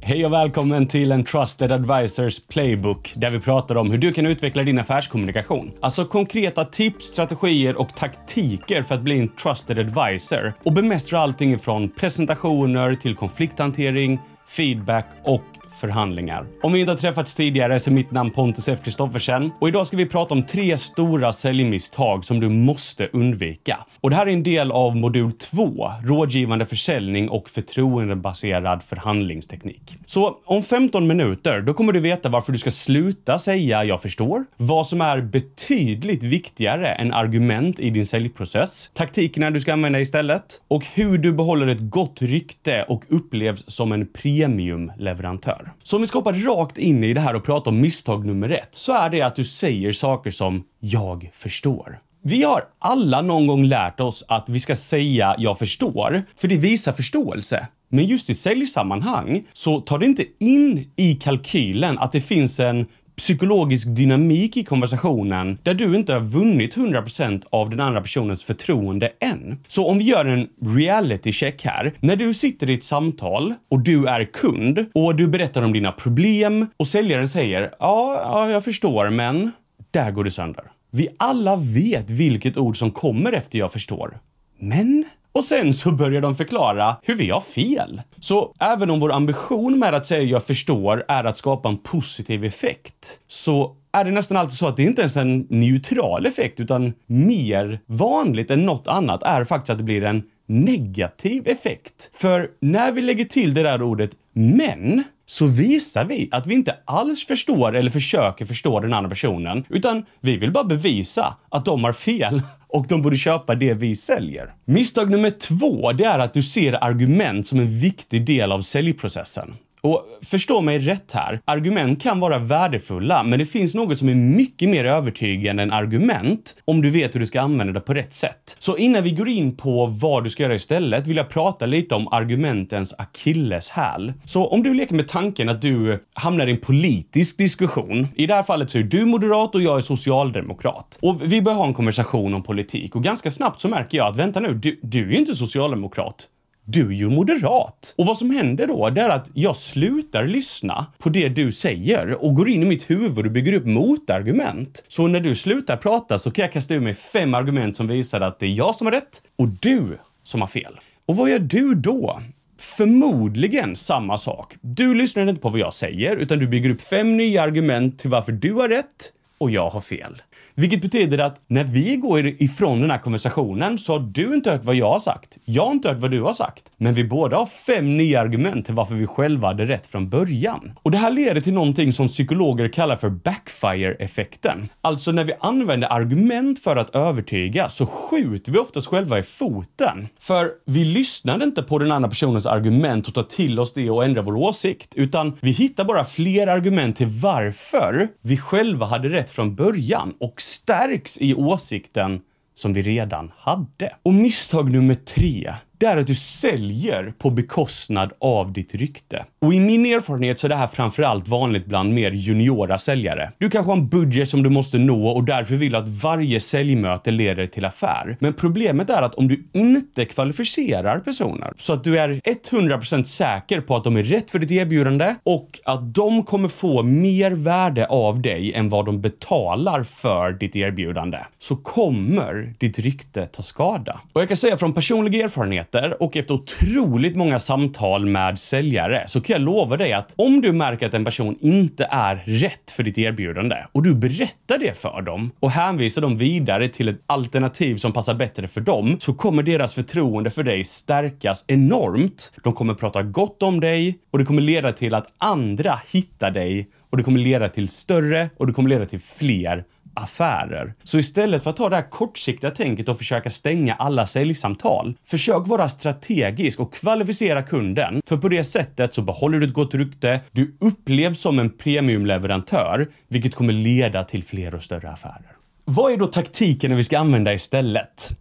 Hej och välkommen till en Trusted Advisors Playbook där vi pratar om hur du kan utveckla din affärskommunikation. Alltså konkreta tips, strategier och taktiker för att bli en Trusted Advisor och bemästra allting från presentationer till konflikthantering, feedback och förhandlingar. Om vi inte har träffats tidigare så är mitt namn Pontus F. Kristoffersen och idag ska vi prata om 3 stora säljmisstag som du måste undvika. Och det här är en del av modul 2, rådgivande försäljning och förtroendebaserad förhandlingsteknik. Så om 15 minuter då kommer du veta varför du ska sluta säga jag förstår, vad som är betydligt viktigare än argument i din säljprocess, taktikerna du ska använda istället och hur du behåller ett gott rykte och upplevs som en premiumleverantör. Så om vi ska hoppa rakt in i det här och prata om misstag nummer 1 så är det att du säger saker som jag förstår. Vi har alla någon gång lärt oss att vi ska säga jag förstår för det visar förståelse. Men just i säljsammanhang så tar det inte in i kalkylen att det finns en psykologisk dynamik i konversationen där du inte har vunnit 100% av den andra personens förtroende än. Så om vi gör en reality check här. När du sitter i ett samtal och du är kund och du berättar om dina problem och säljaren säger ja, jag förstår, men där går det sönder. Vi alla vet vilket ord som kommer efter jag förstår. Men... Och sen så börjar de förklara hur vi har fel. Så även om vår ambition med att säga jag förstår är att skapa en positiv effekt så är det nästan alltid så att det inte ens är en neutral effekt utan mer vanligt än något annat är faktiskt att det blir en negativ effekt. För när vi lägger till det där ordet men så visar vi att vi inte alls förstår eller försöker förstå den andra personen utan vi vill bara bevisa att de har fel och de borde köpa det vi säljer. Misstag nummer 2 det är att du ser argument som en viktig del av säljprocessen. Och förstå mig rätt här, argument kan vara värdefulla men det finns något som är mycket mer övertygande än argument om du vet hur du ska använda det på rätt sätt. Så innan vi går in på vad du ska göra istället vill jag prata lite om argumentens akilleshäl. Så om du leker med tanken att du hamnar i en politisk diskussion, i det här fallet så är du moderat och jag är socialdemokrat. Och vi börjar ha en konversation om politik och ganska snabbt så märker jag att vänta nu, du är ju inte socialdemokrat. Du är ju moderat. Och vad som händer då det är att jag slutar lyssna på det du säger och går in i mitt huvud och bygger upp motargument. Så när du slutar prata så kan jag kasta ur mig 5 argument som visar att det är jag som har rätt och du som har fel. Och vad gör du då? Förmodligen samma sak. Du lyssnar inte på vad jag säger utan du bygger upp 5 nya argument till varför du har rätt och jag har fel. Vilket betyder att när vi går ifrån den här konversationen så har du inte hört vad jag har sagt. Jag har inte hört vad du har sagt. Men vi båda har 5 nya argument till varför vi själva hade rätt från början. Och det här leder till någonting som psykologer kallar för backfire-effekten. Alltså när vi använder argument för att övertyga så skjuter vi oftast själva i foten. För vi lyssnade inte på den andra personens argument och tar till oss det och ändrar vår åsikt. Utan vi hittar bara fler argument till varför vi själva hade rätt från början. Och stärks i åsikten som vi redan hade. Och misstag nummer 3, det är att du säljer på bekostnad av ditt rykte. Och i min erfarenhet så är det här framförallt vanligt bland mer juniora säljare. Du kanske har en budget som du måste nå och därför vill att varje säljmöte leder till affär. Men problemet är att om du inte kvalificerar personer så att du är 100% säker på att de är rätt för ditt erbjudande och att de kommer få mer värde av dig än vad de betalar för ditt erbjudande så kommer ditt rykte ta skada. Och jag kan säga från personliga erfarenheter och efter otroligt många samtal med säljare så kan jag lova dig att om du märker att en person inte är rätt för ditt erbjudande och du berättar det för dem och hänvisar dem vidare till ett alternativ som passar bättre för dem så kommer deras förtroende för dig stärkas enormt. De kommer prata gott om dig och det kommer leda till att andra hittar dig och det kommer leda till större och det kommer leda till fler affärer. Så istället för att ta det här kortsiktiga tänket och försöka stänga alla säljsamtal, försök vara strategisk och kvalificera kunden. För på det sättet så behåller du ett gott rykte, du upplevs som en premiumleverantör, vilket kommer leda till fler och större affärer. Vad är då taktiken vi ska använda istället?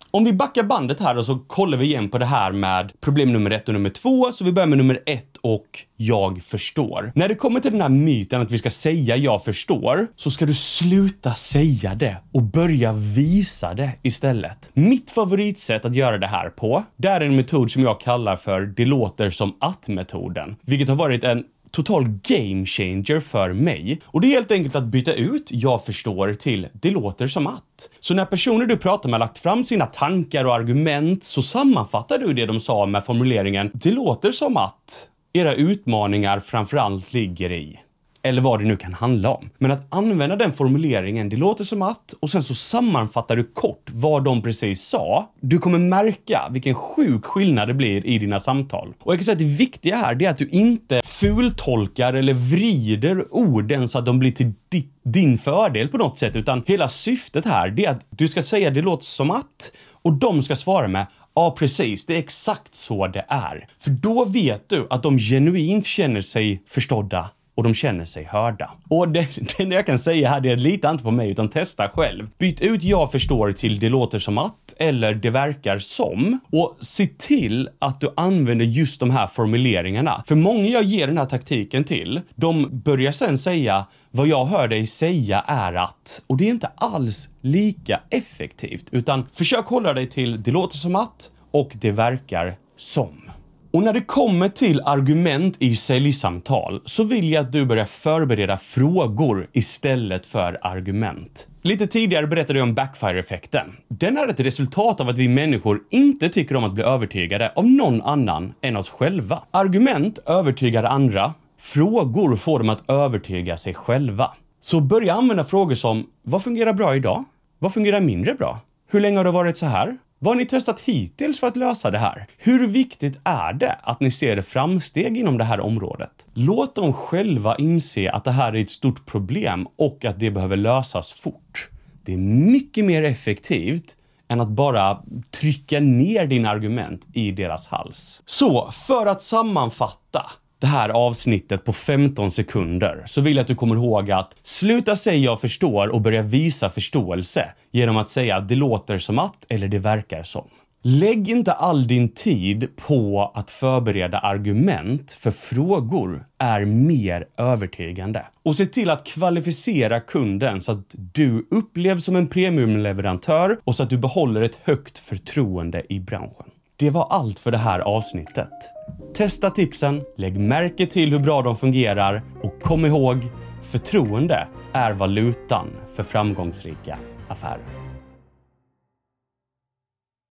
Om vi backar bandet här och så kollar vi igen på det här med problem nummer 1 och nummer 2. Så vi börjar med nummer 1 och jag förstår. När det kommer till den här myten att vi ska säga jag förstår, så ska du sluta säga det och börja visa det istället. Mitt favoritsätt att göra det här på, det är en metod som jag kallar för det låter som att-metoden. Vilket har varit en total game changer för mig. Och det är helt enkelt att byta ut jag förstår till det låter som att. Så när personer du pratar med har lagt fram sina tankar och argument, så sammanfattar du det de sa med formuleringen det låter som att era utmaningar framförallt ligger i. Eller vad det nu kan handla om. Men att använda den formuleringen, det låter som att, och sen så sammanfattar du kort vad de precis sa. Du kommer märka vilken sjuk skillnad det blir i dina samtal. Och jag kan säga att det viktiga här är att du inte fultolkar eller vrider orden så att de blir till din fördel på något sätt. Utan hela syftet här är att du ska säga det låter som att, och de ska svara med ja, precis. Det är exakt så det är. För då vet du att de genuint känner sig förstådda. Och de känner sig hörda. Och det jag kan säga här, det är lite inte på mig utan testa själv. Byt ut jag förstår till det låter som att eller det verkar som. Och se till att du använder just de här formuleringarna. För många jag ger den här taktiken till, de börjar sen säga vad jag hör dig säga är att. Och det är inte alls lika effektivt. Utan försök hålla dig till det låter som att och det verkar som. Och när det kommer till argument i säljsamtal så vill jag att du börjar förbereda frågor istället för argument. Lite tidigare berättade jag om backfire-effekten. Den är ett resultat av att vi människor inte tycker om att bli övertygade av någon annan än oss själva. Argument övertygar andra, frågor får dem att övertyga sig själva. Så börja använda frågor som vad fungerar bra idag? Vad fungerar mindre bra? Hur länge har det varit så här? Vad har ni testat hittills för att lösa det här? Hur viktigt är det att ni ser framsteg inom det här området? Låt dem själva inse att det här är ett stort problem och att det behöver lösas fort. Det är mycket mer effektivt än att bara trycka ner dina argument i deras hals. Så, för att sammanfatta det här avsnittet på 15 sekunder så vill jag att du kommer ihåg att sluta säga jag förstår och börja visa förståelse genom att säga det låter som att eller det verkar som. Lägg inte all din tid på att förbereda argument, för frågor är mer övertygande. Och se till att kvalificera kunden så att du upplevs som en premiumleverantör och så att du behåller ett högt förtroende i branschen. Det var allt för det här avsnittet. Testa tipsen, lägg märke till hur bra de fungerar och kom ihåg, förtroende är valutan för framgångsrika affärer.